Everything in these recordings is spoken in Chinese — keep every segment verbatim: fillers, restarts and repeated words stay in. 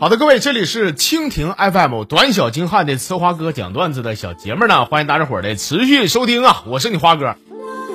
好的，各位，这里是蜻蜓 F M 短小精悍的呲花哥讲段子的小节目呢，欢迎大家伙儿的持续收听啊！我是你花哥。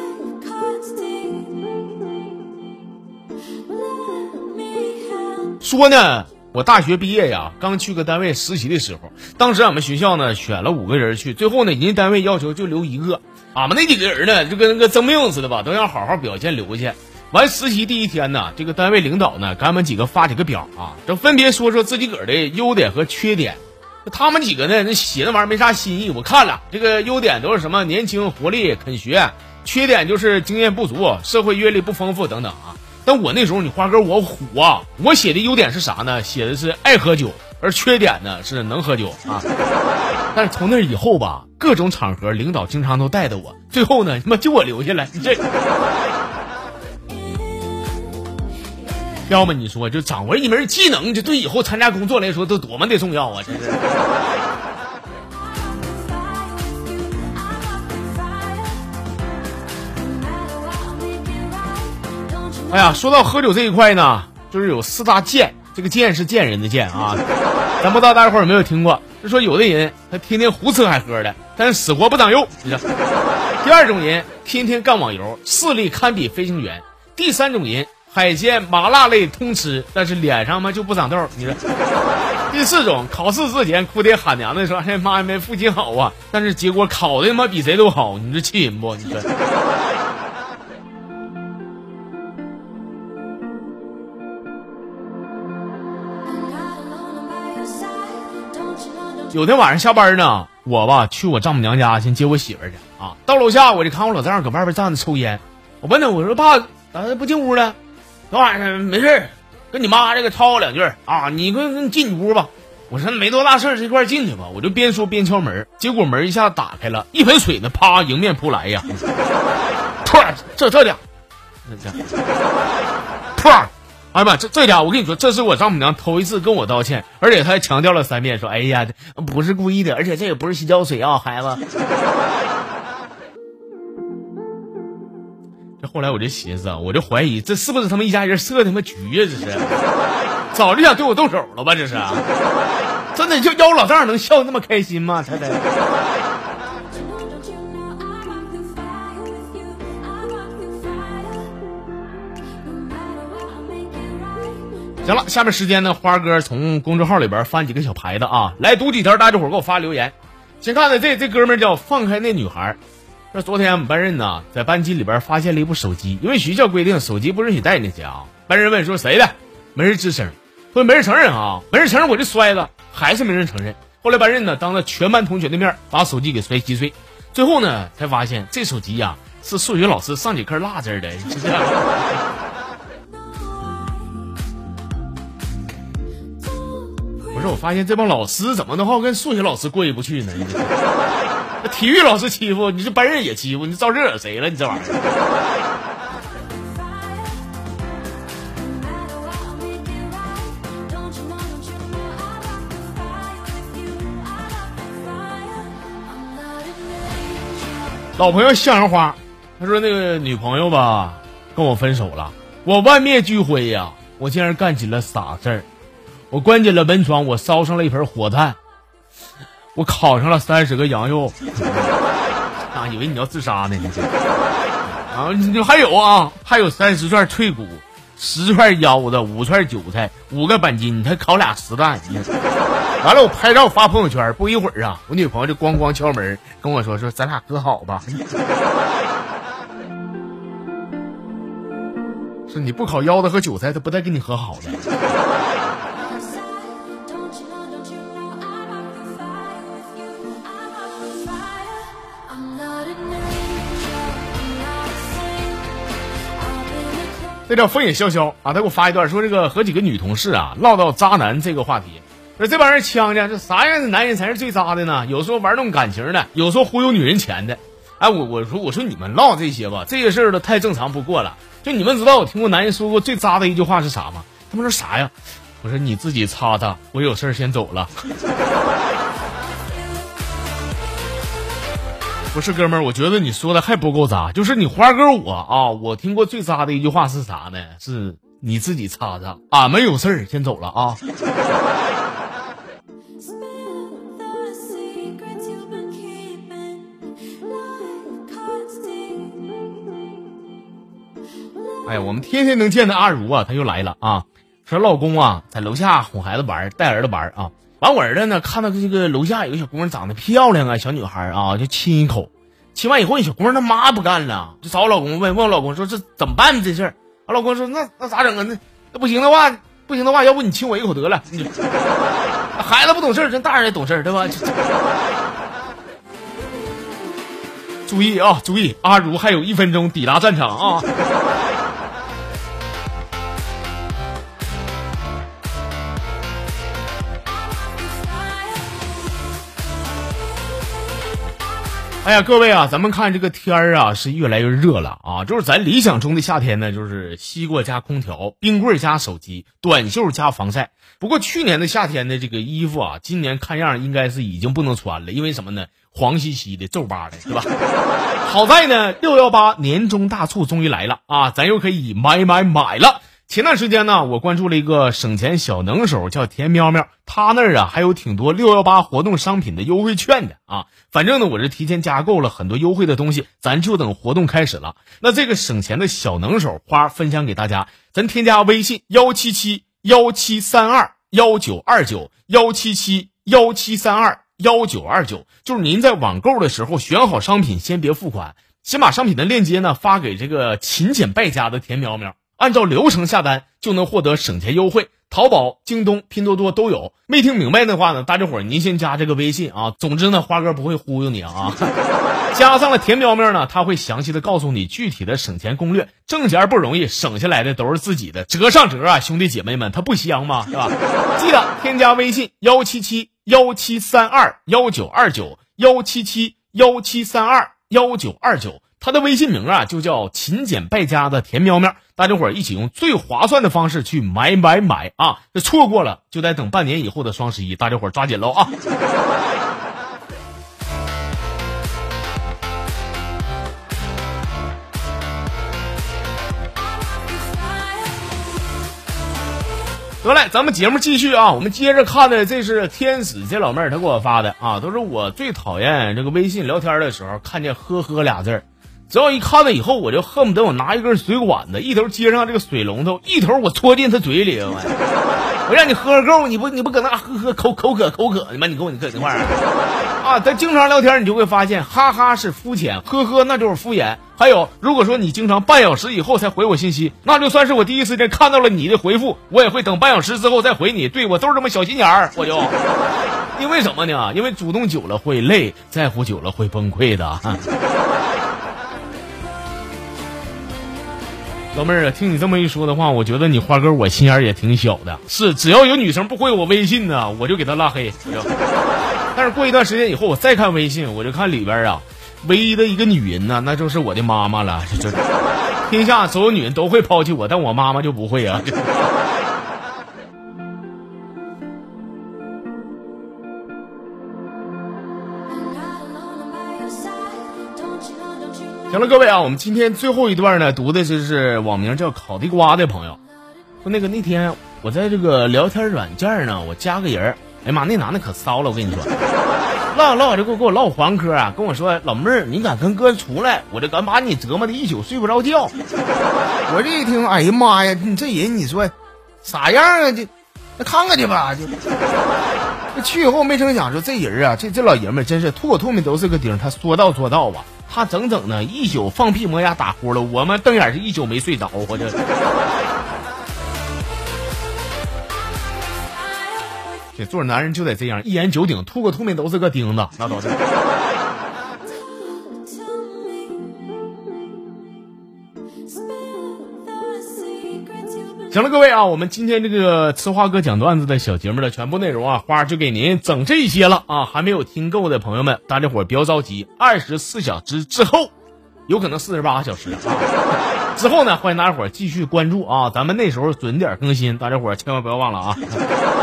说呢，我大学毕业呀，刚去个单位实习的时候，当时俺们学校呢选了五个人去，最后呢，人家单位要求就留一个，俺们那几个人呢就跟那个争命似的吧，都要好好表现留下。完实习第一天呢，这个单位领导呢给俺们几个发几个表啊，这分别说说自己个儿的优点和缺点。他们几个呢，那写那玩意儿没啥新意，我看了，这个优点都是什么年轻活力肯学，缺点就是经验不足，社会阅历不丰富等等啊。但我那时候你花哥我虎啊，我写的优点是啥呢？写的是爱喝酒，而缺点呢是能喝酒啊。但是从那以后吧，各种场合领导经常都带着我，最后呢他妈就我留下来，你这要么你说就掌握一门技能，这对以后参加工作来说都多么的重要啊！真是。哎呀，说到喝酒这一块呢，就是有四大贱，这个贱是贱人的贱啊。咱不知道大家伙有没有听过，就说有的人他天天胡吃海喝的，但是死活不长肉。你知道。第二种人天天干网游，视力堪比飞行员。第三种人海鲜麻辣类通吃，但是脸上嘛就不长痘。你说。第四种考试之前哭爹喊娘的说哎妈呀没复习好啊，但是结果考的他妈比谁都好，你说气人不？你说。有天晚上下班呢，我吧去我丈母娘家先接我媳妇去啊。到楼下我就看我老丈人搁外边站着抽烟，我问他我说爸咋不进屋了？老晚上没事跟你妈这个吵我两句啊，你快你进屋吧。我说没多大事这块进去吧。我就边说边敲门，结果门一下打开了，一盆水呢啪迎面扑来呀，突然这这俩，这突然。哎呀妈，这这家伙我跟你说，这是我丈母娘头一次跟我道歉，而且她还强调了三遍，说：“哎呀，不是故意的，而且这也不是洗脚水啊，孩子。”这后来我就寻思啊，我就怀疑这是不是他们一家人设他妈局呀？这是，早就想对我动手了吧？这是，真的就要我老丈人能笑那么开心吗？太太。行了，下面时间呢，花哥从公众号里边翻几个小牌子啊，来读几条大家伙给我发留言。先看的这这哥们叫放开那女孩，说昨天我们班人呢在班级里边发现了一部手机，因为学校规定手机不允许带进去啊。班人问说谁的，没人吱声，说没人承认啊，没人承认我就摔了，还是没人承认。后来班人呢当着全班同学的面把手机给摔稀碎，最后呢才发现这手机呀、啊、是数学老师上节课落这儿的，是这样。不是，我发现这帮老师怎么能好跟数学老师过意不去呢？体育老师欺负你，这班人也欺负你，招惹谁了？你这玩意儿。老朋友向阳花，他说那个女朋友吧跟我分手了，我万灭俱灰呀，我竟然干起了傻事儿。我关紧了门窗，我烧上了一盆火炭，我烤上了三十个羊肉啊！以为你要自杀呢，你这啊！你还有啊，还有三十串脆骨，十串腰子，五串韭菜，五个板筋，还烤俩实蛋。完了，我拍照发朋友圈，不一会儿啊，我女朋友就咣咣敲门跟我说说咱俩和好吧。是你不烤腰子和韭菜，他不带跟你和好的。这叫风也潇潇啊，他给我发一段说这个和几个女同事啊唠到渣男这个话题，说这帮人呛呛，这啥样的男人才是最渣的呢？有说玩弄感情的，有说忽悠女人钱的。哎，我我说我说你们唠这些吧，这些事儿都太正常不过了。就你们知道我听过男人说过最渣的一句话是啥吗？他们说啥呀？我说你自己擦擦，我有事先走了。不是哥们儿，我觉得你说的还不够渣，就是你花哥我啊，我听过最渣的一句话是啥呢？是你自己擦擦，俺们有事儿先走了啊。 哎呀，我们天天能见的阿如啊，他又来了啊，说老公啊，在楼下哄孩子玩，带儿子玩啊，完我儿子呢看到这个楼下有个小姑娘长得漂亮啊，小女孩啊，就亲一口，亲完以后，那小姑娘他妈不干了，就找我老公问问我老公说这怎么办这事儿？我老公说那那咋整啊？那那不行的话，不行的话，要不你亲我一口得了。孩子不懂事儿，真大人也懂事儿，对吧？注意啊，注意，阿如还有一分钟抵达战场啊！哎呀，各位啊，咱们看这个天儿啊，是越来越热了啊！就是咱理想中的夏天呢，就是西瓜加空调，冰棍加手机，短袖加防晒。不过去年的夏天的这个衣服啊，今年看样应该是已经不能穿了，因为什么呢？黄兮兮的、皱巴的，是吧？好在呢，六幺八年终大促终于来了啊，咱又可以买买买了。前段时间呢，我关注了一个省钱小能手，叫田喵喵，他那儿啊还有挺多六幺八活动商品的优惠券的啊。反正呢，我是提前加购了很多优惠的东西，咱就等活动开始了。那这个省钱的小能手花分享给大家，咱添加微信幺七七幺七三二幺九二九幺七七幺七三二幺九二九，就是您在网购的时候选好商品，先别付款，先把商品的链接呢发给这个勤俭败家的田喵喵。按照流程下单就能获得省钱优惠，淘宝、京东、拼多多都有。没听明白的话呢，大家伙儿您先加这个微信啊。总之呢，花哥不会忽悠你啊。加上了田喵喵呢，他会详细的告诉你具体的省钱攻略。挣钱不容易，省下来的都是自己的，折上折啊，兄弟姐妹们，他不香吗？是吧？记得添加微信幺七七幺七三二幺九二九幺七七幺七三二幺九二九。他的微信名啊，就叫勤俭败家的田喵喵，大家伙儿一起用最划算的方式去买买买啊！这错过了就得等半年以后的双十一，大家伙儿抓紧喽啊！得嘞，咱们节目继续啊！我们接着看的，这是天使这老妹儿她给我发的啊，都是我最讨厌这个微信聊天的时候看见呵呵俩字儿。只要一看了以后，我就恨不得我拿一根水管子，一头接上这个水龙头，一头我戳进他嘴里。我让你喝够，你不你不搁那喝喝口口渴口渴的吗？你跟我你搁这块儿啊！咱经常聊天，你就会发现，哈哈是肤浅，呵呵那就是敷衍。还有，如果说你经常半小时以后才回我信息，那就算是我第一时间看到了你的回复，我也会等半小时之后再回你。对，我都是这么小心眼儿，我就因为什么呢？因为主动久了会累，在乎久了会崩溃的。老妹儿啊，听你这么一说的话，我觉得你花哥我心眼也挺小的。是，只要有女生不回我微信呢，我就给她拉黑。但是过一段时间以后，我再看微信，我就看里边啊，唯一的一个女人呢，那就是我的妈妈了。这天下所有女人都会抛弃我，但我妈妈就不会啊。行了，各位啊，我们今天最后一段呢，读的就是网名叫烤地瓜的朋友说，那个那天我在这个聊天软件呢，我加个人，哎呀妈，那男的可骚了，我跟你说，唠唠就给我给我唠黄科啊，跟我说老妹儿，你敢跟哥出来，我就敢把你折磨的一宿睡不着觉。我这一听，哎呀妈呀，你这人你说啥样啊？就那看看去吧，就这去以后没成想说这人啊，这这老爷们真是吐口唾沫都是个钉，他说到做到吧。他整整呢一宿放屁磨牙打呼了，我们瞪眼是一宿没睡着，我这这做男人就得这样，一言九鼎，吐个吐沫都是个钉子，那都是。行了，各位啊，我们今天这个吃花哥讲段子的小节目的全部内容啊，花就给您整这些了啊！还没有听够的朋友们，大家伙儿不要着急，二十四小时之后，有可能四十八小时啊。之后呢，欢迎大家伙儿继续关注啊，咱们那时候准点更新，大家伙儿千万不要忘了啊。